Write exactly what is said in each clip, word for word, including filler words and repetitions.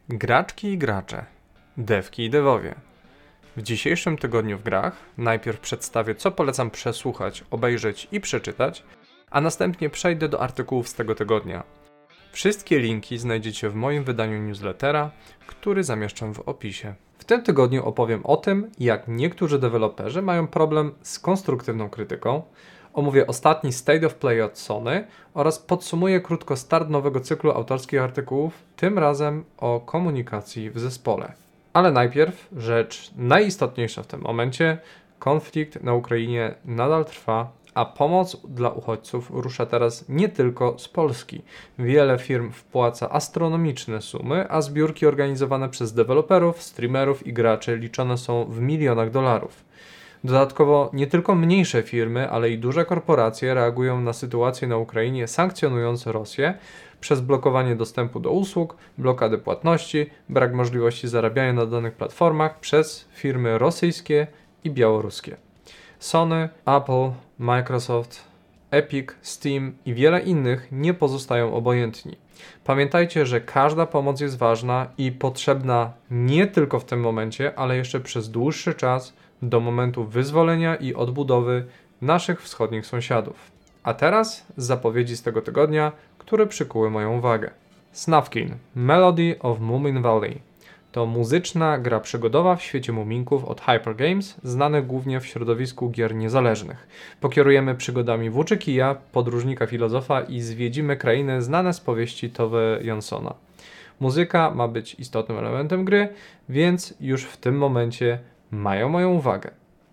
Graczki i gracze, devki i devowie. W dzisiejszym tygodniu w grach najpierw przedstawię, co polecam przesłuchać, obejrzeć i przeczytać, a następnie przejdę do artykułów z tego tygodnia. Wszystkie linki znajdziecie w moim wydaniu newslettera, który zamieszczam w opisie. W tym tygodniu opowiem o tym, jak niektórzy deweloperzy mają problem z konstruktywną krytyką, omówię ostatni State of Play od Sony oraz podsumuję krótko start nowego cyklu autorskich artykułów, tym razem o komunikacji w zespole. Ale najpierw rzecz najistotniejsza w tym momencie. Konflikt na Ukrainie nadal trwa, a pomoc dla uchodźców rusza teraz nie tylko z Polski. Wiele firm wpłaca astronomiczne sumy, a zbiórki organizowane przez deweloperów, streamerów i graczy liczone są w milionach dolarów. Dodatkowo nie tylko mniejsze firmy, ale i duże korporacje reagują na sytuację na Ukrainie, sankcjonując Rosję przez blokowanie dostępu do usług, blokady płatności, brak możliwości zarabiania na danych platformach przez firmy rosyjskie i białoruskie. Sony, Apple, Microsoft, Epic, Steam i wiele innych nie pozostają obojętni. Pamiętajcie, że każda pomoc jest ważna i potrzebna nie tylko w tym momencie, ale jeszcze przez dłuższy czas, do momentu wyzwolenia i odbudowy naszych wschodnich sąsiadów. A teraz zapowiedzi z tego tygodnia, które przykuły moją uwagę. Snufkin – Melody of Moomin Valley to muzyczna gra przygodowa w świecie muminków od Hyper Games, znanych głównie w środowisku gier niezależnych. Pokierujemy przygodami włóczykija, podróżnika filozofa i zwiedzimy krainy znane z powieści Tove Janssona. Muzyka ma być istotnym elementem gry, więc już w tym momencie mają moją uwagę.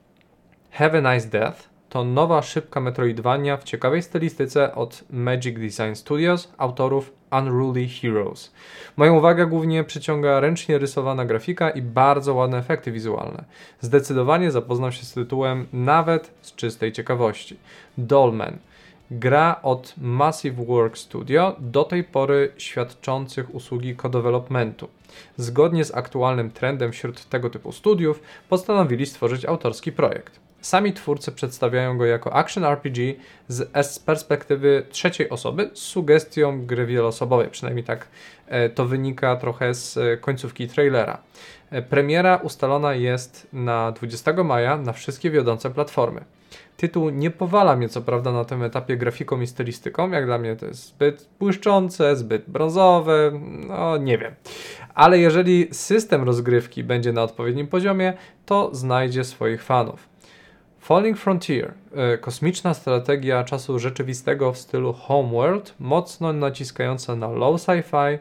Have a Nice Death to nowa, szybka Metroidvania w ciekawej stylistyce od Magic Design Studios, autorów Unruly Heroes. Moją uwagę głównie przyciąga ręcznie rysowana grafika i bardzo ładne efekty wizualne. Zdecydowanie zapoznam się z tytułem nawet z czystej ciekawości. Dollman. Gra od Massive Work Studio, do tej pory świadczących usługi co-developmentu. Zgodnie z aktualnym trendem wśród tego typu studiów postanowili stworzyć autorski projekt. Sami twórcy przedstawiają go jako action R P G z, z perspektywy trzeciej osoby z sugestią gry wieloosobowej, przynajmniej tak e, to wynika trochę z e, końcówki trailera. E, premiera ustalona jest na dwudziestego maja na wszystkie wiodące platformy. Tytuł nie powala mnie co prawda na tym etapie grafiką i stylistyką, jak dla mnie to jest zbyt błyszczące, zbyt brązowe, no nie wiem. Ale jeżeli system rozgrywki będzie na odpowiednim poziomie, to znajdzie swoich fanów. Falling Frontier, y, kosmiczna strategia czasu rzeczywistego w stylu Homeworld, mocno naciskająca na low sci-fi,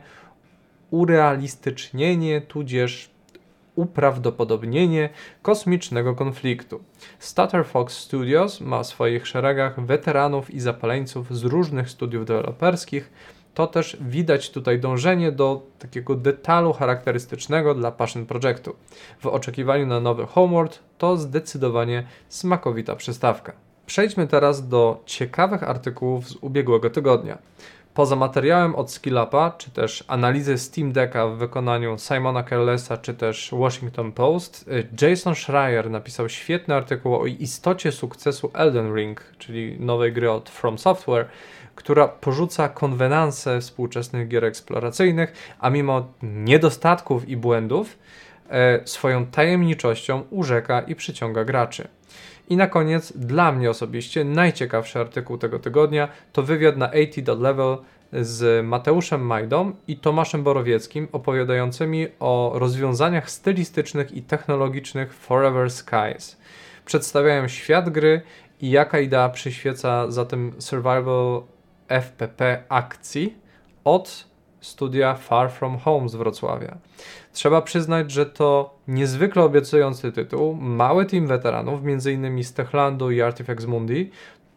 urealistycznienie tudzież uprawdopodobnienie kosmicznego konfliktu. Stutter Fox Studios ma w swoich szeregach weteranów i zapaleńców z różnych studiów deweloperskich. To też widać tutaj dążenie do takiego detalu charakterystycznego dla Passion Projectu. W oczekiwaniu na nowy Homeworld to zdecydowanie smakowita przystawka. Przejdźmy teraz do ciekawych artykułów z ubiegłego tygodnia. Poza materiałem od SkillUpa, czy też analizy Steam Decka w wykonaniu Simona Carlesa, czy też Washington Post, Jason Schreier napisał świetny artykuł o istocie sukcesu Elden Ring, czyli nowej gry od From Software, która porzuca konwenanse współczesnych gier eksploracyjnych, a mimo niedostatków i błędów e, swoją tajemniczością urzeka i przyciąga graczy. I na koniec, dla mnie osobiście, najciekawszy artykuł tego tygodnia to wywiad na osiemdziesiąt Level z Mateuszem Majdą i Tomaszem Borowieckim opowiadającymi o rozwiązaniach stylistycznych i technologicznych Forever Skies. Przedstawiają świat gry i jaka idea przyświeca za tym survival F P P akcji od studia Far From Home z Wrocławia. Trzeba przyznać, że to niezwykle obiecujący tytuł. Mały team weteranów, m.in. z Techlandu i Artifex Mundi,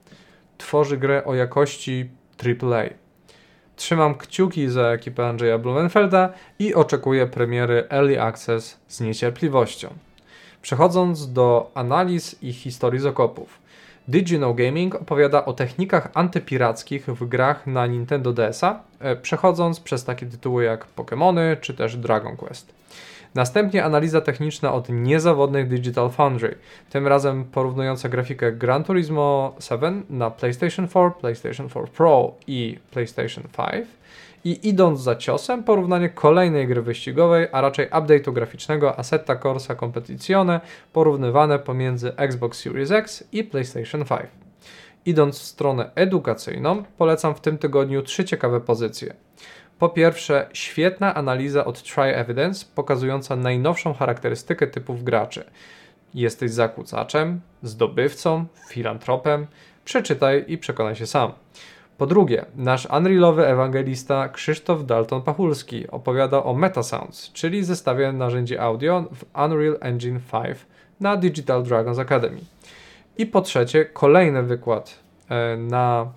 tworzy grę o jakości triple A. Trzymam kciuki za ekipę Andrzeja Blumenfelda i oczekuję premiery Early Access z niecierpliwością. Przechodząc do analiz i historii z okopów. Did You Know Gaming opowiada o technikach antypirackich w grach na Nintendo D S a, przechodząc przez takie tytuły jak Pokémony czy też Dragon Quest. Następnie analiza techniczna od niezawodnych Digital Foundry, tym razem porównująca grafikę Gran Turismo siedem na PlayStation cztery, PlayStation cztery Pro i PlayStation pięć i idąc za ciosem porównanie kolejnej gry wyścigowej, a raczej update'u graficznego Assetto Corsa Competizione porównywane pomiędzy Xbox Series X i PlayStation pięć. Idąc w stronę edukacyjną, polecam w tym tygodniu trzy ciekawe pozycje. Po pierwsze, świetna analiza od Try Evidence pokazująca najnowszą charakterystykę typów graczy. Jesteś zakłócaczem, zdobywcą, filantropem? Przeczytaj i przekonaj się sam. Po drugie, nasz unrealowy ewangelista Krzysztof Dalton-Pachulski opowiada o Metasounds, czyli zestawie narzędzi audio w Unreal Engine pięć na Digital Dragons Academy. I po trzecie, kolejny wykład e, na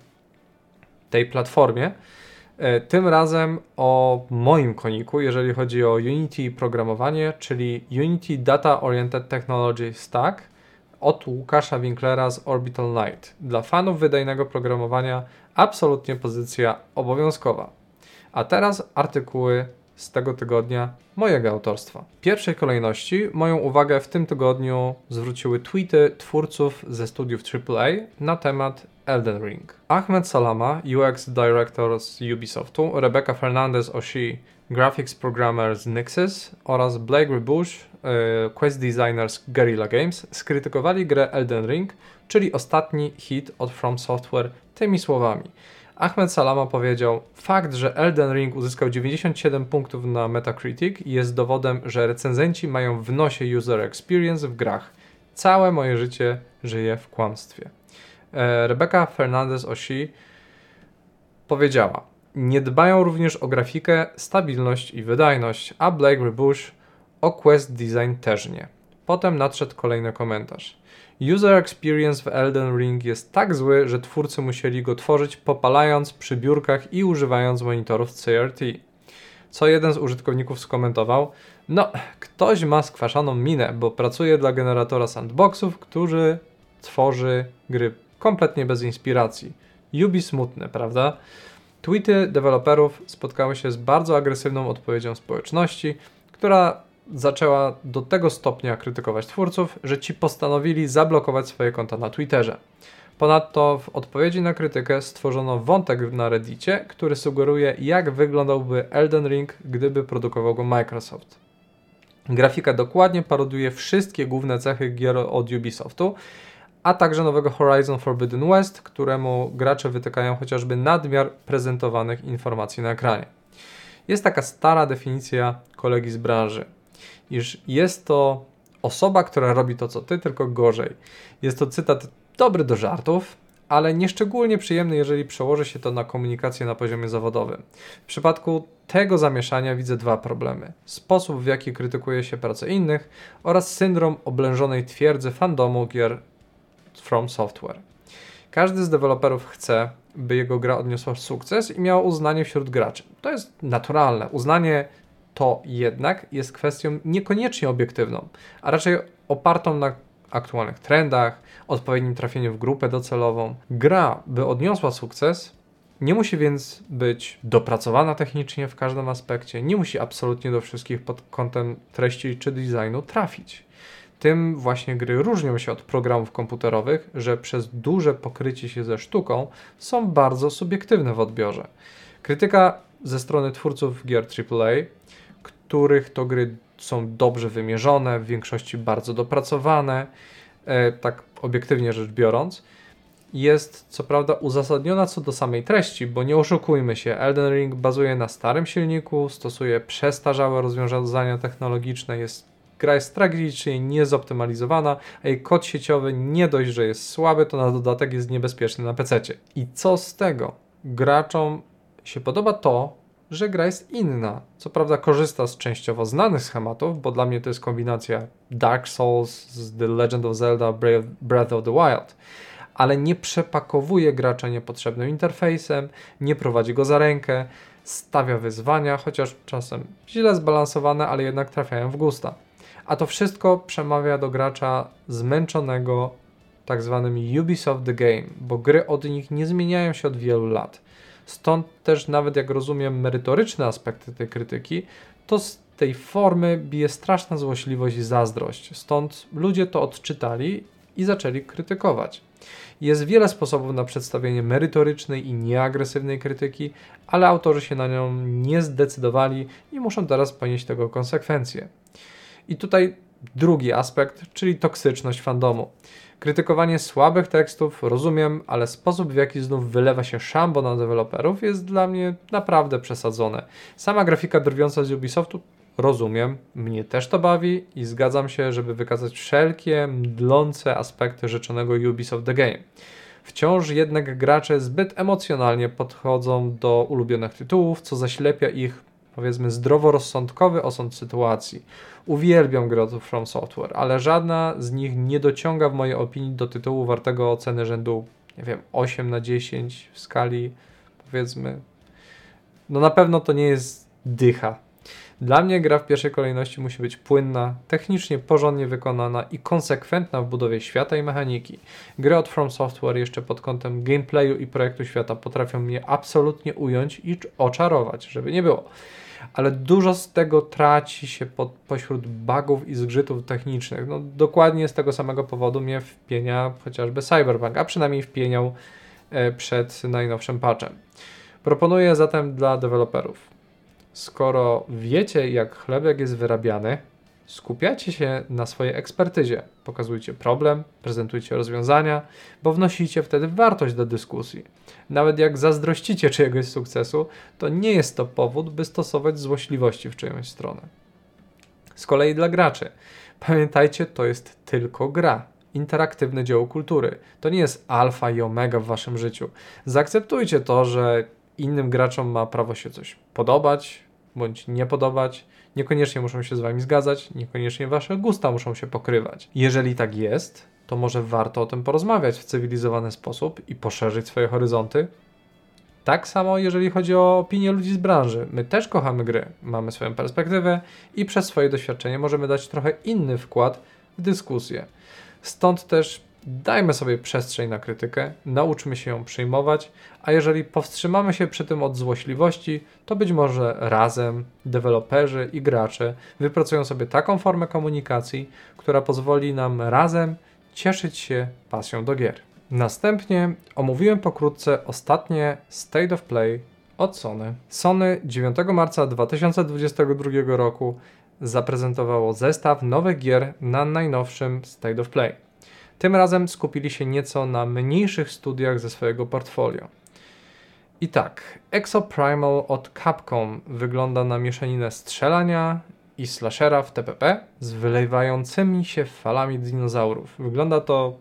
tej platformie, e, tym razem o moim koniku, jeżeli chodzi o Unity i programowanie, czyli Unity Data Oriented Technology Stack od Łukasza Winklera z Orbital Knight. Dla fanów wydajnego programowania absolutnie pozycja obowiązkowa. A teraz artykuły z tego tygodnia mojego autorstwa. W pierwszej kolejności moją uwagę w tym tygodniu zwróciły tweety twórców ze studiów triple A na temat Elden Ring. Ahmed Salama, U X Director z Ubisoftu, Rebecca Fernandez-Oshie, Graphics Programmer z Nixxes oraz Blake Rybush, yy, Quest Designer z Guerrilla Games skrytykowali grę Elden Ring, czyli ostatni hit od From Software tymi słowami. Ahmed Salama powiedział: fakt, że Elden Ring uzyskał dziewięćdziesiąt siedem punktów na Metacritic jest dowodem, że recenzenci mają w nosie user experience w grach. Całe moje życie żyje w kłamstwie. E, Rebecca Fernandez-Oshie powiedziała: nie dbają również o grafikę, stabilność i wydajność, a Blake Rybush o quest design też nie. Potem nadszedł kolejny komentarz. User experience w Elden Ring jest tak zły, że twórcy musieli go tworzyć popalając przy biurkach i używając monitorów C R T. Co jeden z użytkowników skomentował: no, ktoś ma skwaszaną minę, bo pracuje dla generatora sandboxów, który tworzy gry kompletnie bez inspiracji. Ubi smutne, prawda? Tweety deweloperów spotkały się z bardzo agresywną odpowiedzią społeczności, która zaczęła do tego stopnia krytykować twórców, że ci postanowili zablokować swoje konta na Twitterze. Ponadto w odpowiedzi na krytykę stworzono wątek na Reddicie, który sugeruje, jak wyglądałby Elden Ring, gdyby produkował go Microsoft. Grafika dokładnie parodiuje wszystkie główne cechy gier od Ubisoftu, a także nowego Horizon Forbidden West, któremu gracze wytykają chociażby nadmiar prezentowanych informacji na ekranie. Jest taka stara definicja kolegi z branży, iż jest to osoba, która robi to co ty, tylko gorzej. Jest to cytat dobry do żartów, ale nieszczególnie przyjemny, jeżeli przełoży się to na komunikację na poziomie zawodowym. W przypadku tego zamieszania widzę dwa problemy. Sposób, w jaki krytykuje się pracę innych oraz syndrom oblężonej twierdzy fandomu gier From Software. Każdy z deweloperów chce, by jego gra odniosła sukces i miała uznanie wśród graczy. To jest naturalne. Uznanie to jednak jest kwestią niekoniecznie obiektywną, a raczej opartą na aktualnych trendach, odpowiednim trafieniu w grupę docelową. Gra, by odniosła sukces, nie musi więc być dopracowana technicznie w każdym aspekcie, nie musi absolutnie do wszystkich pod kątem treści czy designu trafić. Tym właśnie gry różnią się od programów komputerowych, że przez duże pokrycie się ze sztuką są bardzo subiektywne w odbiorze. Krytyka ze strony twórców gier triple A, których to gry są dobrze wymierzone, w większości bardzo dopracowane, e, tak obiektywnie rzecz biorąc, jest co prawda uzasadniona co do samej treści, bo nie oszukujmy się, Elden Ring bazuje na starym silniku, stosuje przestarzałe rozwiązania technologiczne, jest gra jest tragicznie niezoptymalizowana, a jej kod sieciowy nie dość, że jest słaby, to na dodatek jest niebezpieczny na pececie. I co z tego? Graczom się podoba to, że gra jest inna. Co prawda korzysta z częściowo znanych schematów, bo dla mnie to jest kombinacja Dark Souls z The Legend of Zelda Breath of the Wild, ale nie przepakowuje gracza niepotrzebnym interfejsem, nie prowadzi go za rękę, stawia wyzwania, chociaż czasem źle zbalansowane, ale jednak trafiają w gusta. A to wszystko przemawia do gracza zmęczonego tak zwanym Ubisoft The Game, bo gry od nich nie zmieniają się od wielu lat. Stąd też nawet jak rozumiem merytoryczne aspekty tej krytyki, to z tej formy bije straszna złośliwość i zazdrość, stąd ludzie to odczytali i zaczęli krytykować. Jest wiele sposobów na przedstawienie merytorycznej i nieagresywnej krytyki, ale autorzy się na nią nie zdecydowali i muszą teraz ponieść tego konsekwencje. I tutaj drugi aspekt, czyli toksyczność fandomu. Krytykowanie słabych tekstów rozumiem, ale sposób, w jaki znów wylewa się szambo na deweloperów, jest dla mnie naprawdę przesadzone. Sama grafika drwiąca z Ubisoftu rozumiem, mnie też to bawi i zgadzam się, żeby wykazać wszelkie mdlące aspekty rzeczonego Ubisoft The Game. Wciąż jednak gracze zbyt emocjonalnie podchodzą do ulubionych tytułów, co zaślepia ich, powiedzmy, zdroworozsądkowy osąd sytuacji. Uwielbiam gry od From Software, ale żadna z nich nie dociąga w mojej opinii do tytułu wartego oceny rzędu, nie wiem, osiem na dziesięć w skali, powiedzmy. No na pewno to nie jest dycha. Dla mnie gra w pierwszej kolejności musi być płynna, technicznie porządnie wykonana i konsekwentna w budowie świata i mechaniki. Gry od From Software jeszcze pod kątem gameplayu i projektu świata potrafią mnie absolutnie ująć i oczarować, żeby nie było. Ale dużo z tego traci się pod, pośród bugów i zgrzytów technicznych. No, dokładnie z tego samego powodu mnie wpienia chociażby Cyberpunk, a przynajmniej wpieniał e, przed najnowszym patchem. Proponuję zatem dla deweloperów: skoro wiecie, jak chlebek jest wyrabiany, skupiacie się na swojej ekspertyzie, pokazujcie problem, prezentujcie rozwiązania, bo wnosicie wtedy wartość do dyskusji. Nawet jak zazdrościcie czyjegoś sukcesu, to nie jest to powód, by stosować złośliwości w czyjąś stronę. Z kolei dla graczy, pamiętajcie, to jest tylko gra. Interaktywne dzieło kultury. To nie jest alfa i omega w waszym życiu. Zaakceptujcie to, że innym graczom ma prawo się coś podobać bądź nie podobać. Niekoniecznie muszą się z wami zgadzać, niekoniecznie wasze gusta muszą się pokrywać. Jeżeli tak jest, to może warto o tym porozmawiać w cywilizowany sposób i poszerzyć swoje horyzonty. Tak samo jeżeli chodzi o opinię ludzi z branży. My też kochamy gry, mamy swoją perspektywę i przez swoje doświadczenie możemy dać trochę inny wkład w dyskusję. Stąd też dajmy sobie przestrzeń na krytykę, nauczmy się ją przyjmować, a jeżeli powstrzymamy się przy tym od złośliwości, to być może razem deweloperzy i gracze wypracują sobie taką formę komunikacji, która pozwoli nam razem cieszyć się pasją do gier. Następnie omówiłem pokrótce ostatnie State of Play od Sony. Sony dziewiątego marca dwa tysiące dwudziestego drugiego roku zaprezentowało zestaw nowych gier na najnowszym State of Play. Tym razem skupili się nieco na mniejszych studiach ze swojego portfolio. I tak, Exoprimal od Capcom wygląda na mieszaninę strzelania i slashera w T P P z wylewającymi się falami dinozaurów. Wygląda to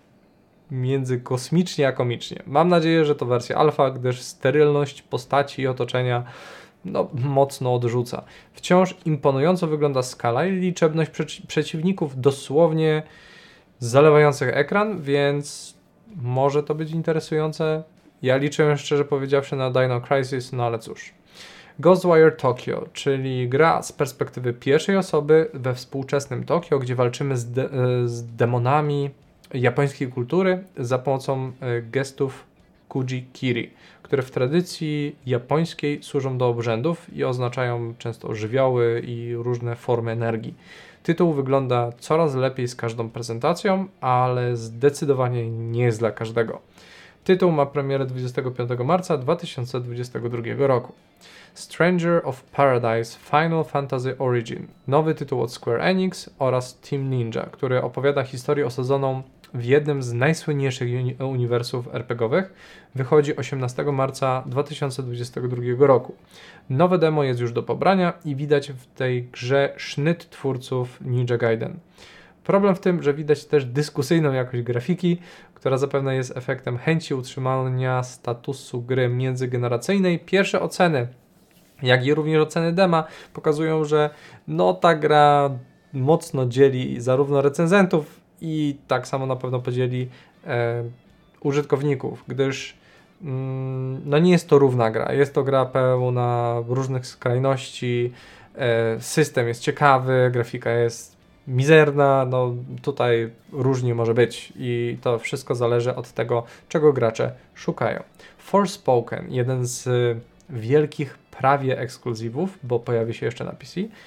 między kosmicznie a komicznie. Mam nadzieję, że to wersja alfa, gdyż sterylność postaci i otoczenia no, mocno odrzuca. Wciąż imponująco wygląda skala i liczebność przeci- przeciwników dosłownie zalewających ekran, więc może to być interesujące. Ja liczę, szczerze powiedziawszy, na Dino Crisis, no ale cóż. Ghostwire Tokyo, czyli gra z perspektywy pierwszej osoby we współczesnym Tokio, gdzie walczymy z, de- z demonami japońskiej kultury za pomocą gestów Kuji-Kiri, które w tradycji japońskiej służą do obrzędów i oznaczają często żywioły i różne formy energii. Tytuł wygląda coraz lepiej z każdą prezentacją, ale zdecydowanie nie jest dla każdego. Tytuł ma premierę dwudziestego piątego marca dwa tysiące dwudziestego drugiego roku. Stranger of Paradise Final Fantasy Origin, nowy tytuł od Square Enix oraz Team Ninja, który opowiada historię osadzoną w jednym z najsłynniejszych uni- uniwersów er pe gie owych, wychodzi osiemnastego marca dwa tysiące dwudziestego drugiego roku. Nowe demo jest już do pobrania i widać w tej grze sznyt twórców Ninja Gaiden. Problem w tym, że widać też dyskusyjną jakość grafiki, która zapewne jest efektem chęci utrzymania statusu gry międzygeneracyjnej. Pierwsze oceny, jak i również oceny dema, pokazują, że no ta gra mocno dzieli zarówno recenzentów i tak samo na pewno podzieli e, użytkowników, gdyż mm, no nie jest to równa gra. Jest to gra pełna różnych skrajności, e, system jest ciekawy, grafika jest mizerna, no tutaj różnie może być i to wszystko zależy od tego, czego gracze szukają. Forspoken, jeden z wielkich prawie ekskluzywów, bo pojawi się jeszcze na P C,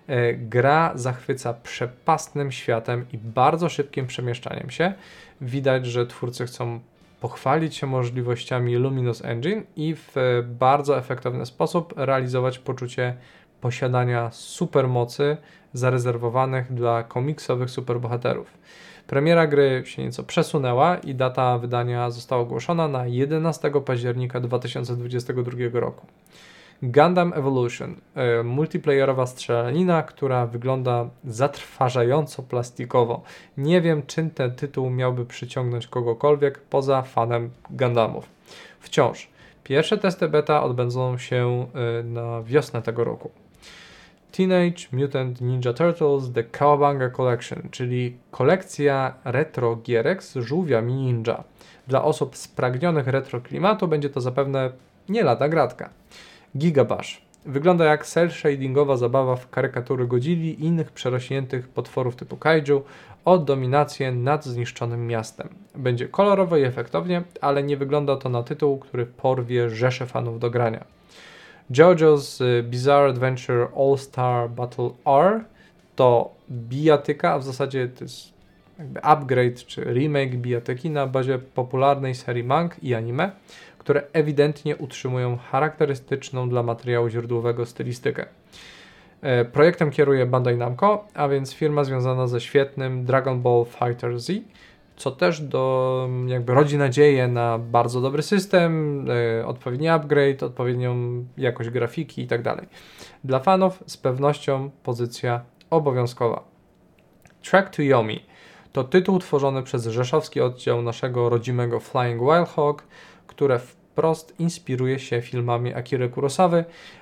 Gra zachwyca przepastnym światem i bardzo szybkim przemieszczaniem się. Widać, że twórcy chcą pochwalić się możliwościami Luminous Engine i w bardzo efektowny sposób realizować poczucie posiadania supermocy zarezerwowanych dla komiksowych superbohaterów. Premiera gry się nieco przesunęła i data wydania została ogłoszona na jedenastego października dwa tysiące dwudziestego drugiego roku. Gundam Evolution, e, multiplayerowa strzelanina, która wygląda zatrważająco plastikowo. Nie wiem, czym ten tytuł miałby przyciągnąć kogokolwiek poza fanem Gundamów. Wciąż. Pierwsze testy beta odbędą się e, na wiosnę tego roku. Teenage Mutant Ninja Turtles The Cowabunga Collection, czyli kolekcja retro gierek z żółwiami ninja. Dla osób spragnionych retro klimatu będzie to zapewne nie lada gratka. Gigabash. Wygląda jak cel-shadingowa zabawa w karykatury Godzilli i innych przerośniętych potworów typu kaiju o dominację nad zniszczonym miastem. Będzie kolorowo i efektownie, ale nie wygląda to na tytuł, który porwie rzesze fanów do grania. JoJo's Bizarre Adventure All-Star Battle R to bijatyka, a w zasadzie to jest jakby upgrade czy remake bijatyki na bazie popularnej serii mang i anime, które ewidentnie utrzymują charakterystyczną dla materiału źródłowego stylistykę. Projektem kieruje Bandai Namco, a więc firma związana ze świetnym Dragon Ball Fighter Z, co też do, jakby rodzi nadzieję na bardzo dobry system, yy, odpowiedni upgrade, odpowiednią jakość grafiki itd. Dla fanów z pewnością pozycja obowiązkowa. Track to Yomi to tytuł tworzony przez rzeszowski oddział naszego rodzimego Flying Wild Hog, które wprost inspiruje się filmami Akiry Kurosawy,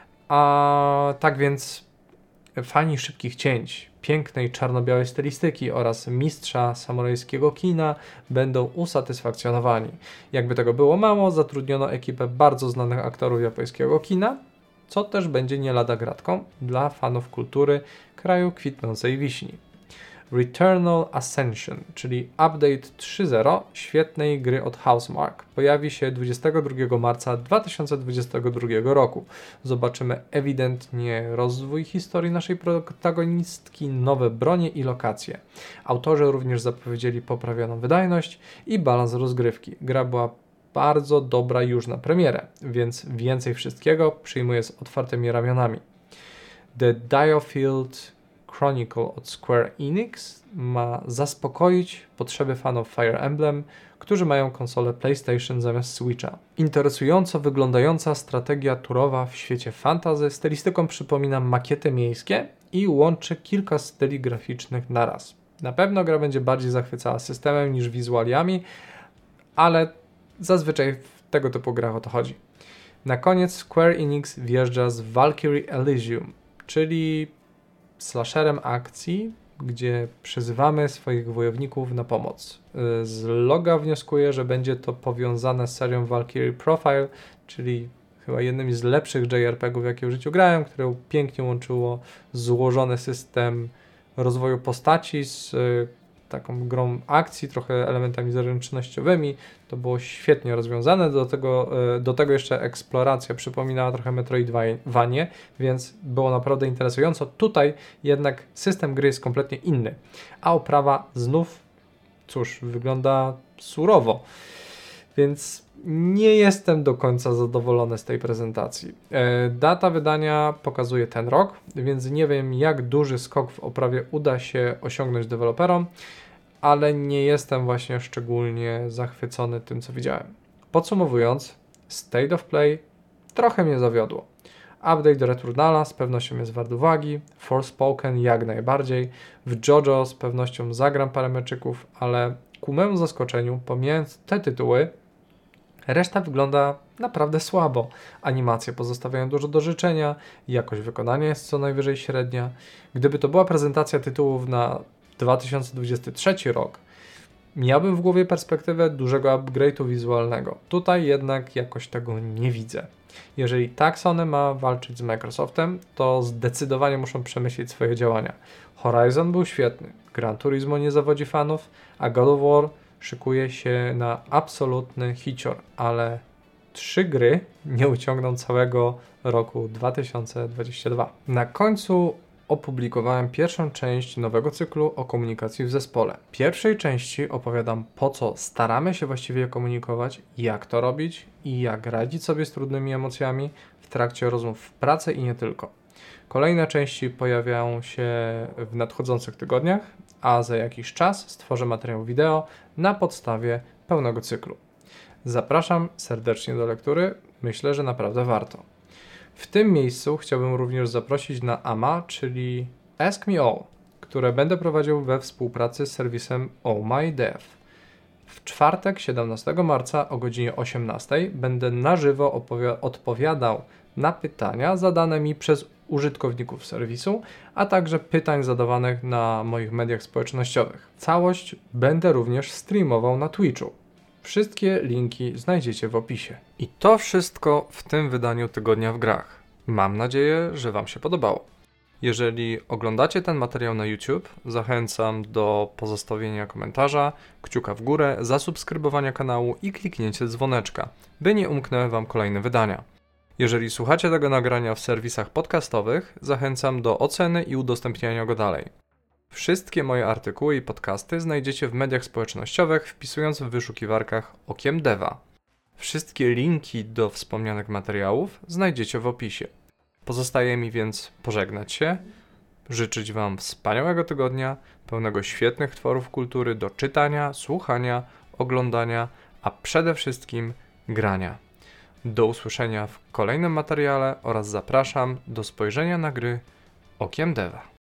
a tak więc fani szybkich cięć, pięknej czarno-białej stylistyki oraz mistrza samurajskiego kina będą usatysfakcjonowani. Jakby tego było mało, zatrudniono ekipę bardzo znanych aktorów japońskiego kina, co też będzie nie lada gratką dla fanów kultury kraju kwitnącej wiśni. Returnal Ascension, czyli update trzy zero świetnej gry od Housemarque, pojawi się dwudziestego drugiego marca dwa tysiące dwudziestego drugiego roku. Zobaczymy ewidentnie rozwój historii naszej protagonistki, nowe bronie i lokacje. Autorzy również zapowiedzieli poprawioną wydajność i balans rozgrywki. Gra była bardzo dobra już na premierę, więc więcej wszystkiego przyjmuję z otwartymi ramionami. The Diofield Chronicle od Square Enix ma zaspokoić potrzeby fanów Fire Emblem, którzy mają konsolę PlayStation zamiast Switcha. Interesująco wyglądająca strategia turowa w świecie fantasy stylistyką przypomina makiety miejskie i łączy kilka styli graficznych naraz. Na pewno gra będzie bardziej zachwycała systemem niż wizualiami, ale zazwyczaj w tego typu grach o to chodzi. Na koniec Square Enix wjeżdża z Valkyrie Elysium, czyli slasherem akcji, gdzie przyzywamy swoich wojowników na pomoc. Z loga wnioskuję, że będzie to powiązane z serią Valkyrie Profile, czyli chyba jednym z lepszych J R P G-ów, jakie w życiu grałem, które pięknie łączyło złożony system rozwoju postaci z y, taką grą akcji, trochę elementami zręcznościowymi. To było świetnie rozwiązane. Do tego, y, do tego jeszcze eksploracja przypominała trochę Metroidvanię, więc było naprawdę interesująco. Tutaj jednak system gry jest kompletnie inny, a oprawa znów, cóż, wygląda surowo. Więc nie jestem do końca zadowolony z tej prezentacji. E, data wydania pokazuje ten rok, więc nie wiem, jak duży skok w oprawie uda się osiągnąć deweloperom, ale nie jestem właśnie szczególnie zachwycony tym, co widziałem. Podsumowując, State of Play trochę mnie zawiodło. Update do Returnala z pewnością jest wart uwagi, Forspoken jak najbardziej, w JoJo z pewnością zagram parę meczyków, ale ku memu zaskoczeniu, pomijając te tytuły, reszta wygląda naprawdę słabo. Animacje pozostawiają dużo do życzenia, jakość wykonania jest co najwyżej średnia. Gdyby to była prezentacja tytułów na dwa tysiące dwudziesty trzeci rok, miałbym w głowie perspektywę dużego upgrade'u wizualnego. Tutaj jednak jakoś tego nie widzę. Jeżeli tak Sony ma walczyć z Microsoftem, to zdecydowanie muszą przemyśleć swoje działania. Horizon był świetny, Gran Turismo nie zawodzi fanów, a God of War szykuje się na absolutny hicior, ale trzy gry nie uciągną całego roku dwa tysiące dwudziestego drugiego. Na końcu opublikowałem pierwszą część nowego cyklu o komunikacji w zespole. W pierwszej części opowiadam, po co staramy się właściwie komunikować, jak to robić i jak radzić sobie z trudnymi emocjami w trakcie rozmów w pracy i nie tylko. Kolejne części pojawiają się w nadchodzących tygodniach, a za jakiś czas stworzę materiał wideo na podstawie pełnego cyklu. Zapraszam serdecznie do lektury, myślę, że naprawdę warto. W tym miejscu chciałbym również zaprosić na A M A, czyli Ask Me All, które będę prowadził we współpracy z serwisem Oh My Dev. W czwartek, siedemnastego marca o godzinie osiemnastej będę na żywo opowi- odpowiadał na pytania zadane mi przez użytkowników serwisu, a także pytań zadawanych na moich mediach społecznościowych. Całość będę również streamował na Twitchu. Wszystkie linki znajdziecie w opisie. I to wszystko w tym wydaniu Tygodnia w Grach. Mam nadzieję, że Wam się podobało. Jeżeli oglądacie ten materiał na YouTube, zachęcam do pozostawienia komentarza, kciuka w górę, zasubskrybowania kanału i kliknięcia dzwoneczka, by nie umknęły Wam kolejne wydania. Jeżeli słuchacie tego nagrania w serwisach podcastowych, zachęcam do oceny i udostępniania go dalej. Wszystkie moje artykuły i podcasty znajdziecie w mediach społecznościowych, wpisując w wyszukiwarkach Okiem Deva. Wszystkie linki do wspomnianych materiałów znajdziecie w opisie. Pozostaje mi więc pożegnać się, życzyć Wam wspaniałego tygodnia, pełnego świetnych tworów kultury do czytania, słuchania, oglądania, a przede wszystkim grania. Do usłyszenia w kolejnym materiale oraz zapraszam do spojrzenia na gry Okiem Deva.